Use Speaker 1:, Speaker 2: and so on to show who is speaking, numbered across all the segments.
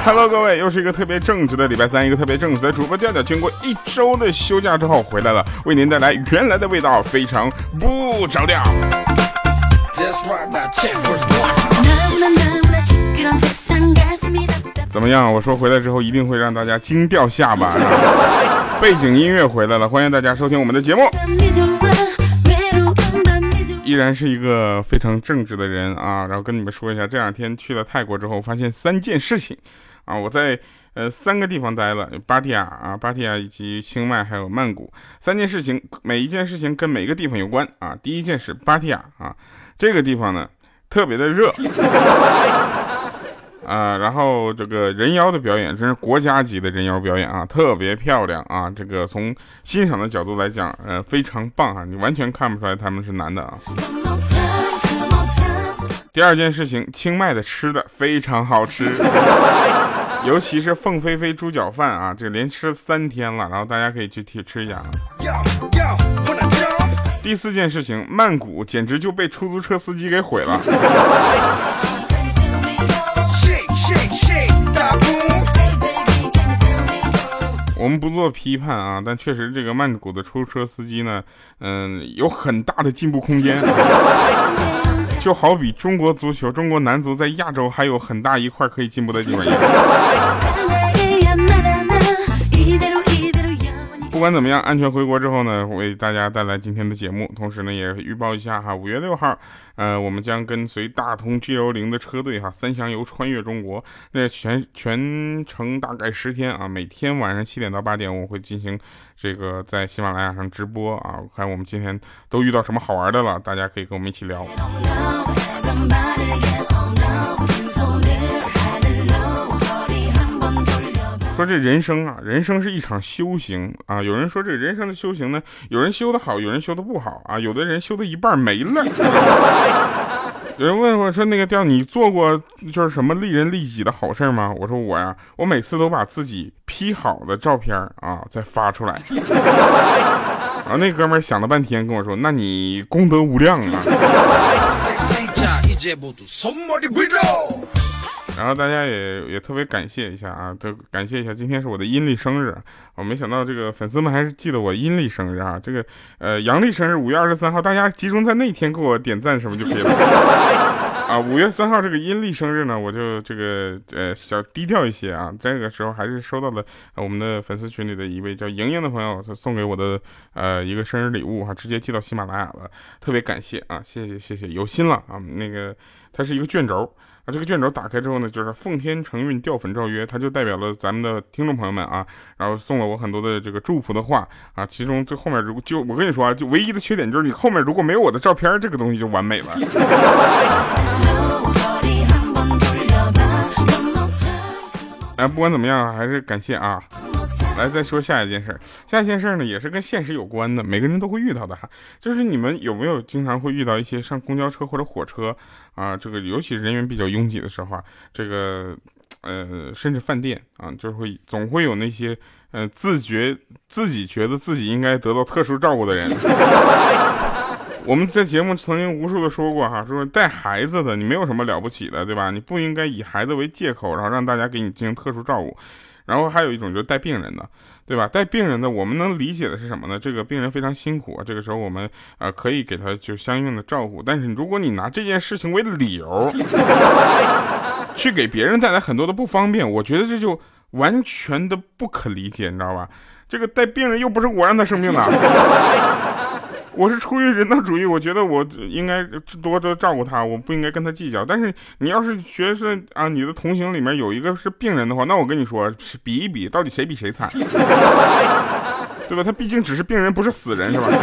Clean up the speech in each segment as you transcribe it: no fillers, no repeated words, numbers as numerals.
Speaker 1: Hello， 各位，又是一个特别正直的礼拜三，一个特别正直的主播调调，经过一周的休假之后回来了，为您带来原来的味道，非常不着调。怎么样？我说回来之后一定会让大家惊掉下巴。背景音乐回来了，欢迎大家收听我们的节目。依然是一个非常正直的人啊，然后跟你们说一下，这两天去了泰国之后，发现3件事情啊，我在3个地方待了，芭提雅以及清迈还有曼谷，3件事情，每一件事情跟每个地方有关啊。第一件是芭提雅啊，这个地方呢特别的热啊，然后这个人妖的表演真是国家级的人妖表演啊，特别漂亮啊，这个从欣赏的角度来讲，非常棒啊，你完全看不出来他们是男的啊。第二件事情，清迈的吃的非常好吃，尤其是凤飞飞猪脚饭啊，这连吃3天了，然后大家可以去吃一下啊。第4件事情，曼谷简直就被出租车司机给毁了。我们不做批判啊，但确实这个曼谷的出租车司机呢，有很大的进步空间。就好比中国足球，中国男足在亚洲还有很大一块可以进步的地方。不管怎么样，安全回国之后呢，为大家带来今天的节目，同时呢也预报一下哈，5月6号，我们将跟随大通 G10的车队哈，3箱游穿越中国，那全程大概10天啊，每天晚上7点到8点，我会进行这个在喜马拉雅上直播啊，看我们今天都遇到什么好玩的了，大家可以跟我们一起聊。说这人生啊，人生是一场修行啊。有人说这人生的修行呢，有人修得好，有人修得不好啊。有的人修得一半没了。有人问我说，那个调你做过就是什么利人利己的好事吗？我说我呀，我每次都把自己 P 好的照片啊再发出来。然后那哥们儿想了半天跟我说，那你功德无量啊。然后大家也特别感谢一下啊，感谢一下，今天是我的阴历生日，我没想到这个粉丝们还是记得我阴历生日啊，这个阳历生日5月23号，大家集中在那天给我点赞什么就可以了啊。5月3号这个阴历生日呢，我就这个小低调一些啊，这个时候还是收到了我们的粉丝群里的一位叫莹莹的朋友送给我的一个生日礼物哈，直接寄到喜马拉雅了，特别感谢啊，谢谢，有心了啊。那个它是一个卷轴。这个卷轴打开之后呢，就是奉天承运，掉粉诏约，它就代表了咱们的听众朋友们啊，然后送了我很多的这个祝福的话啊，其中最后面我跟你说啊，就唯一的缺点就是你后面如果没有我的照片，这个东西就完美了。不管怎么样，还是感谢啊。来，再说下一件事。下一件事呢，也是跟现实有关的，每个人都会遇到的哈。就是你们有没有经常会遇到一些上公交车或者火车啊，这个尤其是人员比较拥挤的时候啊，这个甚至饭店啊，就是总会有那些自己觉得自己应该得到特殊照顾的人。我们在节目曾经无数的说过哈，说带孩子的你没有什么了不起的，对吧？你不应该以孩子为借口，然后让大家给你进行特殊照顾。然后还有一种就是带病人的，对吧？带病人的我们能理解的是什么呢？这个病人非常辛苦啊，这个时候我们可以给他就相应的照顾。但是如果你拿这件事情为理由去给别人带来很多的不方便，我觉得这就完全的不可理解，你知道吧？这个带病人又不是我让他生病的。我是出于人道主义，我觉得我应该多照顾他，我不应该跟他计较。但是你要是觉得啊，你的同行里面有一个是病人的话，那我跟你说，比一比，到底谁比谁惨，对吧？他毕竟只是病人，不是死人，是吧？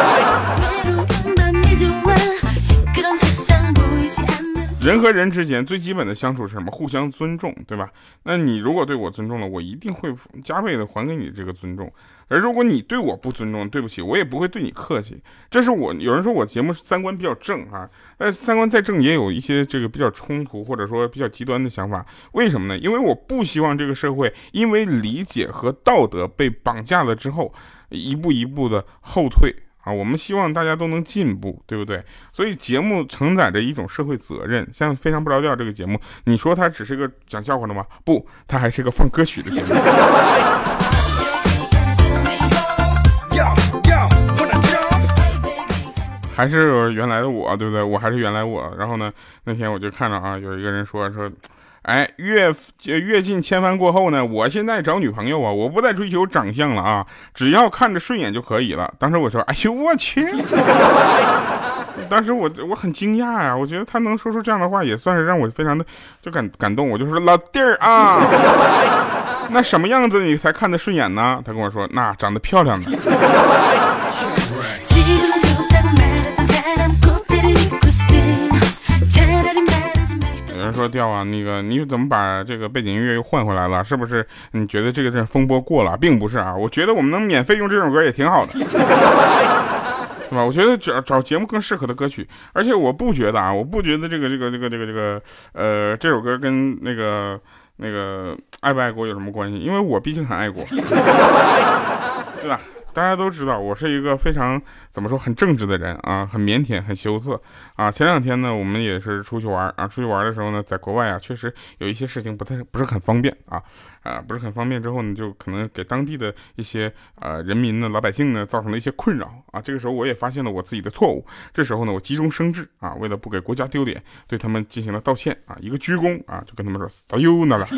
Speaker 1: 人和人之间最基本的相处是什么？互相尊重，对吧？那你如果对我尊重了，我一定会加倍的还给你这个尊重。而如果你对我不尊重，对不起，我也不会对你客气。这是有人说我节目三观比较正啊，但是三观再正也有一些这个比较冲突或者说比较极端的想法。为什么呢？因为我不希望这个社会因为理解和道德被绑架了之后，一步一步的后退啊，我们希望大家都能进步，对不对？所以节目承载着一种社会责任。像《非常不着调》这个节目，你说它只是个讲笑话的吗？不，它还是个放歌曲的节目。还是原来的我，对不对？我还是原来我。然后呢，那天我就看到啊，有一个人说，哎，阅尽千帆过后呢，我现在找女朋友啊，我不再追求长相了啊，只要看着顺眼就可以了。当时我说，哎呦我去！当时我很惊讶呀，我觉得他能说出这样的话，也算是让我非常的就感动。我就说老弟儿啊，那什么样子你才看得顺眼呢？他跟我说，那长得漂亮的。有人说调啊，那个你怎么把这个背景音乐又换回来了？是不是你觉得这个阵风波过了？并不是啊，我觉得我们能免费用这首歌也挺好的，对吧？我觉得找节目更适合的歌曲，而且我不觉得啊，我不觉得这首歌跟那个爱不爱国有什么关系？因为我毕竟很爱国，对吧？大家都知道我是一个非常怎么说很正直的人啊，很腼腆，很羞涩啊。前两天呢，我们也是出去玩啊，出去玩的时候呢，在国外啊，确实有一些事情不是很方便啊，不是很方便之后呢，就可能给当地的一些人民呢、老百姓呢造成了一些困扰啊。这个时候我也发现了我自己的错误，这时候呢，我急中生智啊，为了不给国家丢脸，对他们进行了道歉啊，一个鞠躬啊，就跟他们说撒哟那了。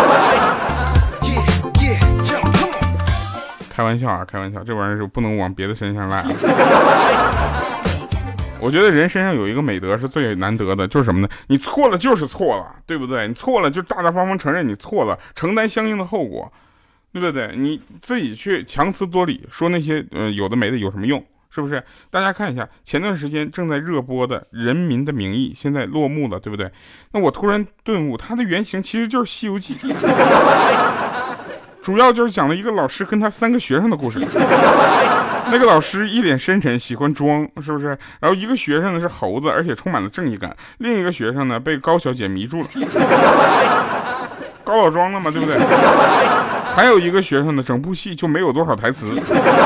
Speaker 1: 开玩笑啊，开玩笑，这玩意儿是不能往别的身上赖。我觉得人身上有一个美德是最难得的，就是什么呢？你错了就是错了，对不对？你错了就大大方方承认你错了，承担相应的后果，对不对？你自己去强词夺理说那些有的没的有什么用？是不是？大家看一下，前段时间正在热播的《人民的名义》现在落幕了，对不对？那我突然顿悟，它的原型其实就是《西游记》。主要就是讲了一个老师跟他3个学生的故事。那个老师一脸深沉，喜欢装，是不是？然后一个学生呢是猴子，而且充满了正义感；另一个学生呢被高小姐迷住了，高老庄了嘛，对不对？还有一个学生呢，整部戏就没有多少台词。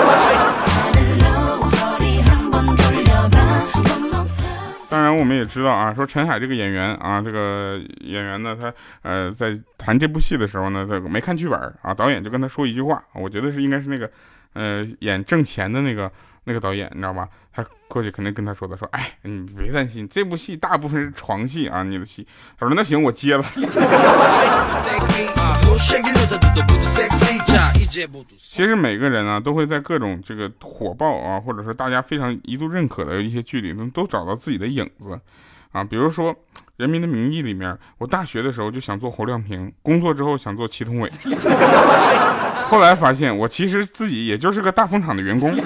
Speaker 1: 当然我们也知道啊，说陈海这个演员啊，这个演员呢，他在谈这部戏的时候呢，他没看剧本啊，导演就跟他说一句话，我觉得应该是那个演挣钱的那个导演，你知道吧？他过去肯定跟他说的，说，哎，你别担心，这部戏大部分是床戏啊，你的戏。他说那行，我接了。其实每个人啊，都会在各种这个火爆啊，或者说大家非常一度认可的一些剧里面，都找到自己的影子啊。比如说《人民的名义》里面，我大学的时候就想做侯亮平，工作之后想做祁同伟，后来发现我其实自己也就是个大风厂的员工。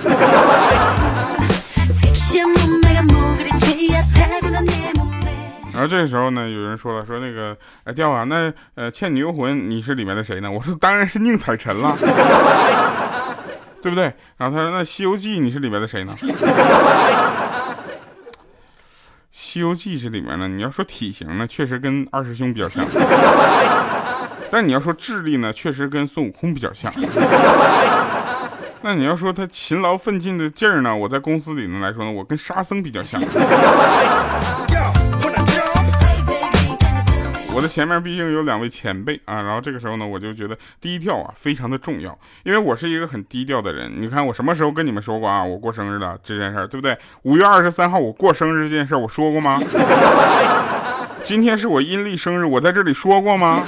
Speaker 1: 然后这个时候呢，有人说了，说那个调啊，那倩女幽魂你是里面的谁呢？我说当然是宁采臣了，对不对？然后他说那西游记你是里面的谁呢？西游记是里面呢，你要说体型呢，确实跟二师兄比较像，但你要说智力呢，确实跟孙悟空比较像。那你要说他勤劳奋进的劲儿呢，我在公司里呢来说呢，我跟沙僧比较像。我的前面毕竟有2位前辈啊，然后这个时候呢，我就觉得低调啊非常的重要，因为我是一个很低调的人。你看我什么时候跟你们说过啊，我过生日的这件事儿，对不对？5月23号我过生日这件事儿，我说过吗？今天是我阴历生日，我在这里说过吗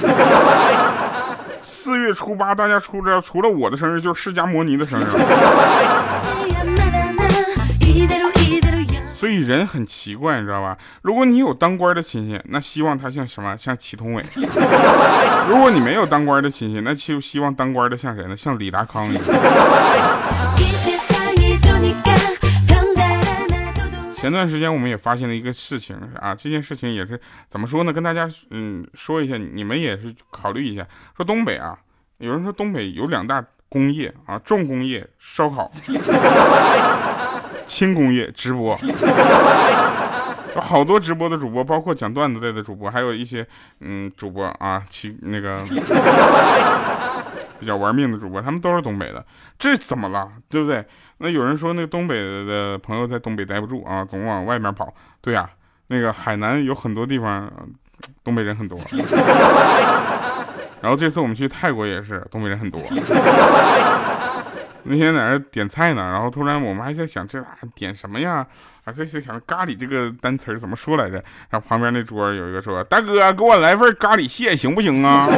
Speaker 1: ？4月初8，大家除了我的生日，就是释迦摩尼的生日了。所以人很奇怪，你知道吧？如果你有当官的亲戚，那希望他像什么？像祁同伟。如果你没有当官的亲戚，那就希望当官的像谁呢？像李达康一样。前段时间我们也发现了一个事情啊，这件事情也是怎么说呢？跟大家说一下，你们也是考虑一下。说东北啊，有人说东北有2大工业啊，重工业烧烤。轻工业直播，有好多直播的主播，包括讲段子类的主播，还有一些主播啊， 比较玩命的主播，他们都是东北的，这怎么了？对不对？那有人说那个东北的朋友在东北待不住啊，总往外面跑。对呀，那个海南有很多地方，东北人很多。然后这次我们去泰国也是，东北人很多。那天在那点菜呢，然后突然我们还在想这点什么呀？还在想咖喱这个单词怎么说来着？然后旁边那桌有一个说：“大哥，给我来份咖喱蟹行不行啊？”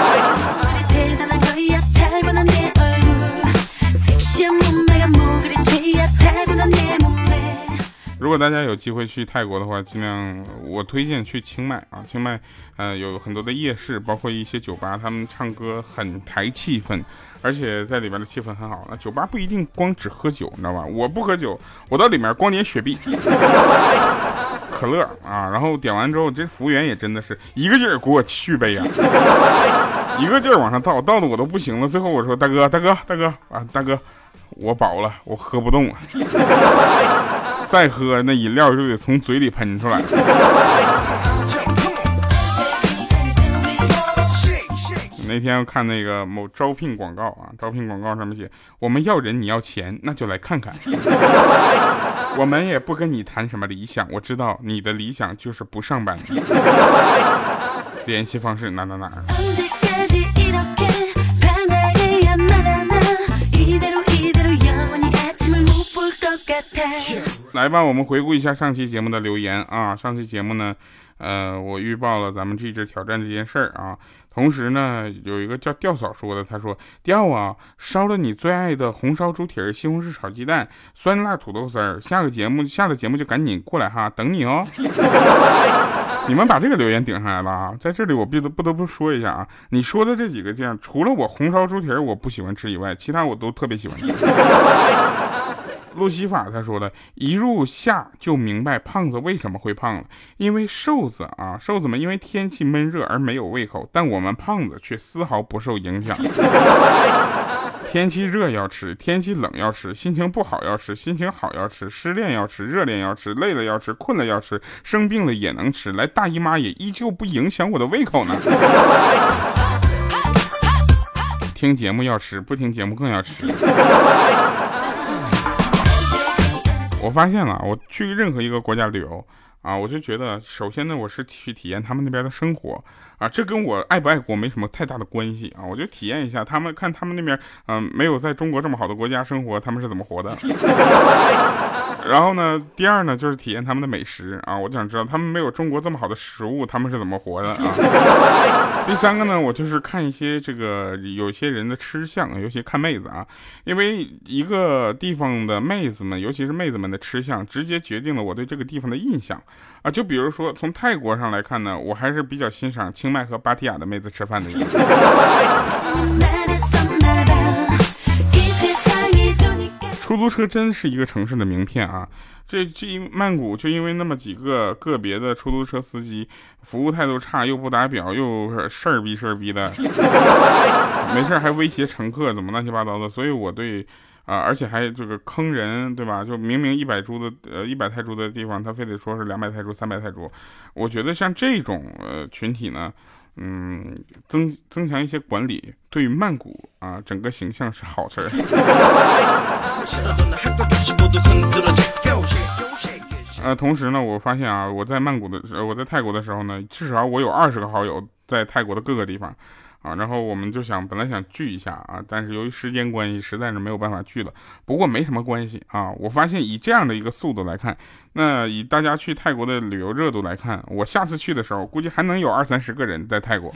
Speaker 1: 如果大家有机会去泰国的话，尽量我推荐去清迈啊。清迈有很多的夜市，包括一些酒吧，他们唱歌很抬气氛，而且在里边的气氛很好。那酒吧不一定光只喝酒，你知道吧？我不喝酒，我到里面光点雪碧、可乐啊，然后点完之后，这服务员也真的是一个劲儿给我续杯啊，一个劲儿往上倒的我都不行了。最后我说：“大哥啊，大哥，我饱了，我喝不动了。”再喝那饮料就得从嘴里喷出来。那天我看那个某招聘广告啊，招聘广告上面写：“我们要人，你要钱，那就来看看。”我们也不跟你谈什么理想，我知道你的理想就是不上班。联系方式哪。来吧，我们回顾一下上期节目的留言啊。上期节目呢，我预报了咱们这支挑战这件事儿啊。同时呢，有一个叫吊嫂说的，他说：“吊啊，烧了你最爱的红烧猪蹄儿、西红柿炒鸡蛋、酸辣土豆丝儿，下了节目就赶紧过来哈，等你哦。”你们把这个留言顶上来了啊！在这里我不得不说一下啊，你说的这几个这样，除了我红烧猪蹄儿我不喜欢吃以外，其他我都特别喜欢吃。路西法他说的，一入夏就明白胖子为什么会胖了，因为瘦子们因为天气闷热而没有胃口，但我们胖子却丝毫不受影响。天气热要吃，天气冷要吃，心情不好要吃，心情好要吃，失恋要吃，热恋要吃，累了要吃，困了要吃，生病了也能吃，来大姨妈也依旧不影响我的胃口呢。听节目要吃，不听节目更要吃。我发现了，我去任何一个国家旅游啊，我就觉得，首先呢，我是去体验他们那边的生活啊，这跟我爱不爱国没什么太大的关系啊，我就体验一下他们那边，没有在中国这么好的国家生活，他们是怎么活的。然后呢，第二呢，就是体验他们的美食啊，我想知道他们没有中国这么好的食物，他们是怎么活的啊。第三个呢，我就是看一些这个有些人的吃相，尤其看妹子啊，因为一个地方的妹子们，尤其是妹子们的吃相，直接决定了我对这个地方的印象啊。就比如说从泰国上来看呢，我还是比较欣赏清迈和芭提雅的妹子吃饭的样子。出租车真是一个城市的名片啊！这曼谷就因为那么几个个别的出租车司机服务态度差，又不打表，又事儿逼的，没事还威胁乘客，怎么乱七八糟的，所以我对而且还这个坑人，对吧？就明明100泰铢的地方，他非得说是200泰铢、300泰铢。我觉得像这种群体呢，增强一些管理，对于曼谷啊整个形象是好事儿。同时呢，我发现啊，我在泰国的时候呢，至少我有20个好友在泰国的各个地方。啊，然后我们就本来想聚一下啊，但是由于时间关系，实在是没有办法聚了。不过没什么关系啊，我发现以这样的一个速度来看，那以大家去泰国的旅游热度来看，我下次去的时候，估计还能有20-30个人在泰国。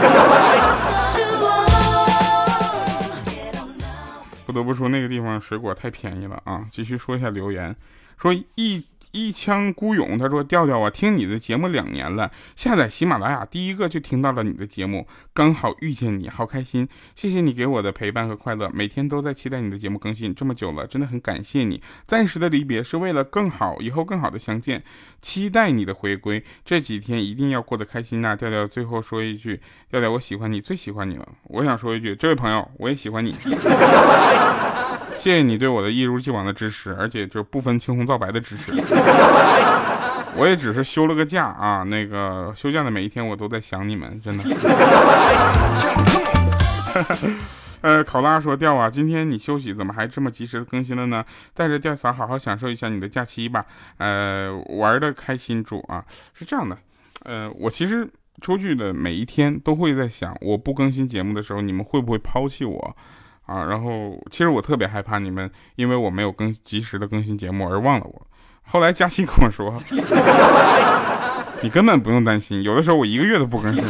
Speaker 1: 不得不说，那个地方水果太便宜了啊！继续说一下留言，说一腔孤勇，他说调调啊，听你的节目2年了，下载喜马拉雅第一个就听到了你的节目，刚好遇见你，好开心，谢谢你给我的陪伴和快乐，每天都在期待你的节目更新，这么久了，真的很感谢你。暂时的离别是为了更好，以后更好的相见，期待你的回归，这几天一定要过得开心呐。调调最后说一句，调调我喜欢你，最喜欢你了。我想说一句，这位朋友，我也喜欢你。谢谢你对我的一如既往的支持，而且就不分青红皂白的支持。我也只是休了个假啊，那个休假的每一天我都在想你们，真的。 考拉说调啊，今天你休息怎么还这么及时的更新了呢？带着调嫂好好享受一下你的假期吧，玩的开心主啊。是这样的，我其实出去的每一天都会在想，我不更新节目的时候，你们会不会抛弃我啊？然后其实我特别害怕你们因为我没有及时的更新节目而忘了我。后来佳琪跟我说，你根本不用担心，有的时候我1个月都不更新。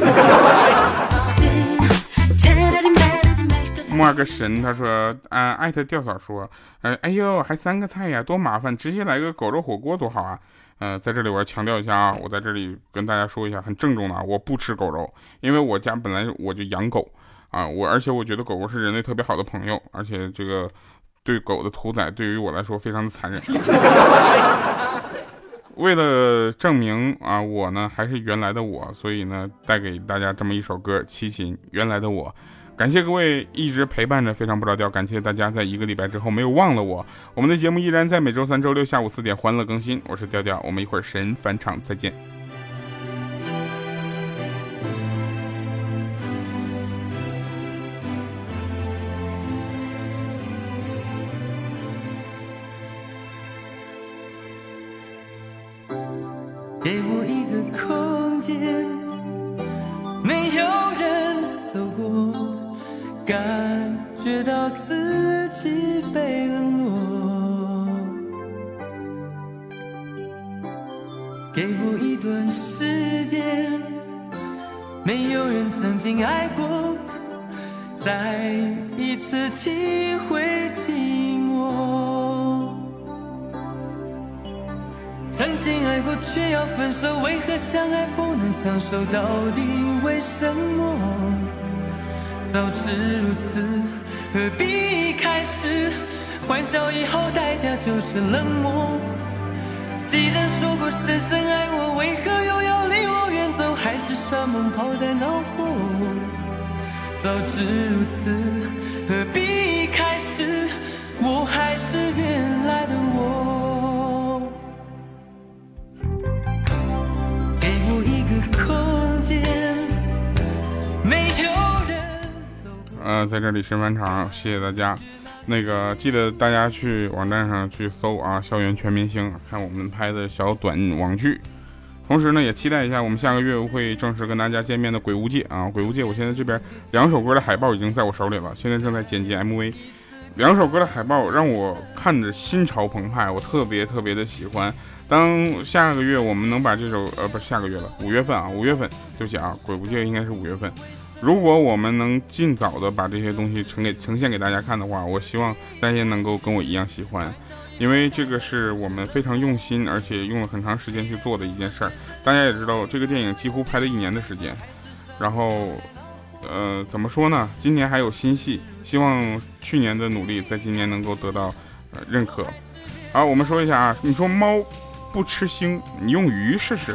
Speaker 1: 莫个神他说艾特调嫂说，哎呦还3个菜呀，多麻烦，直接来个狗肉火锅多好啊。在这里我要强调一下啊，我在这里跟大家说一下很郑重的啊，我不吃狗肉，因为我家本来我就养狗啊，而且我觉得狗狗是人类特别好的朋友，而且这个对狗的屠宰对于我来说非常的残忍。为了证明啊我呢还是原来的我，所以呢带给大家这么一首歌，齐秦原来的我。感谢各位一直陪伴着非常不着调，感谢大家在1个礼拜之后没有忘了我。我们的节目依然在每周3、周6下午4点欢乐更新，我是调调，我们一会儿神返场再见。
Speaker 2: 给我一个空间，没有人走过，感觉到自己被冷落。给我一段时间，没有人曾经爱过，再一次体会寂寞。曾经爱过却要分手，为何相爱不能相守？到底为什么？早知如此，何必一开始？欢笑以后代价就是冷漠。既然说过深深爱我，为何又要离我远走？还是山盟抛在脑后？早知如此，何必一开始？我还是原来的我。
Speaker 1: 在这里神返场，谢谢大家。那个记得大家去网站上去搜啊，校园全明星，看我们拍的小短网剧。同时呢，也期待一下我们下个月会正式跟大家见面的鬼屋界啊。鬼屋界，我现在这边2首歌的海报已经在我手里了，现在正在剪辑 MV。2首歌的海报让我看着心潮澎湃，我特别的喜欢。当下个月我们能把这首不是下个月了，5月份啊，5月份，对不起啊，鬼屋界应该是5月份。如果我们能尽早的把这些东西呈现给大家看的话，我希望大家能够跟我一样喜欢，因为这个是我们非常用心，而且用了很长时间去做的一件事儿。大家也知道，这个电影几乎拍了1年的时间，然后怎么说呢？今年还有新戏，希望去年的努力在今年能够得到认可。好，我们说一下啊，你说猫不吃腥，你用鱼试试。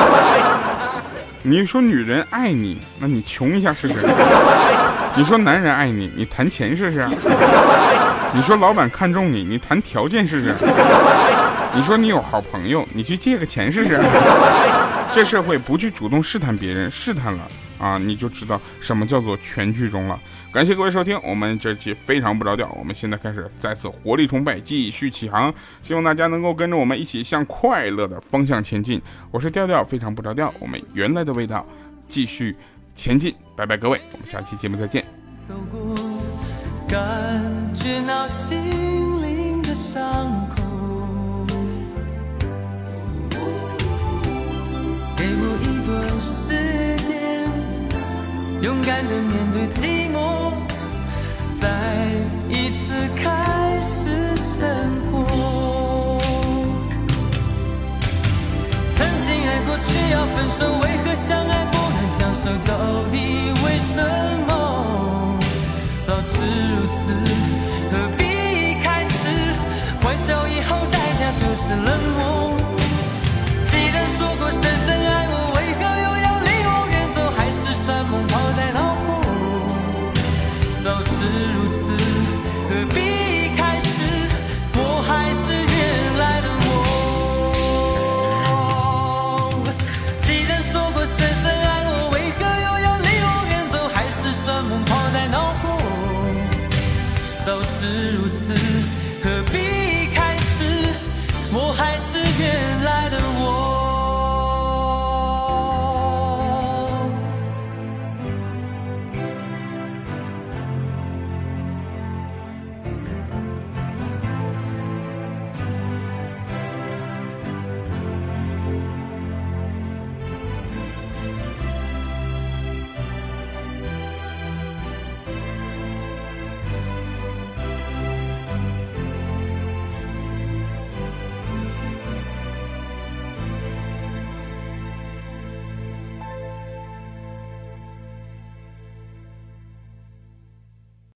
Speaker 1: 你说女人爱你，那你穷一下试试。你说男人爱你，你谈钱试试。你说老板看中你，你谈条件试试。你说你有好朋友，你去借个钱试试。这社会不去主动试探别人，试探了啊，你就知道什么叫做全剧终了。感谢各位收听，我们这期非常不着调，我们现在开始再次活力充沛，继续起航，希望大家能够跟着我们一起向快乐的方向前进。我是调调，非常不着调，我们原来的味道继续前进，拜拜各位，我们下期节目再见。
Speaker 2: 走过，感觉到心灵的伤口，给我一段时间，勇敢的面对寂寞，再一次开始生活。曾经爱过却要分手，为何相爱不能相守？到底为什么？早知如此，何必一开始？欢笑以后代价就是冷漠。既然说过深深爱我，为何又要离我远走？还是山盟抛在脑后？早知如此，何必一开始？我还是原来的我。既然说过深深爱我，为何又要离我远走？还是山盟抛在脑后？ 早知如此，何必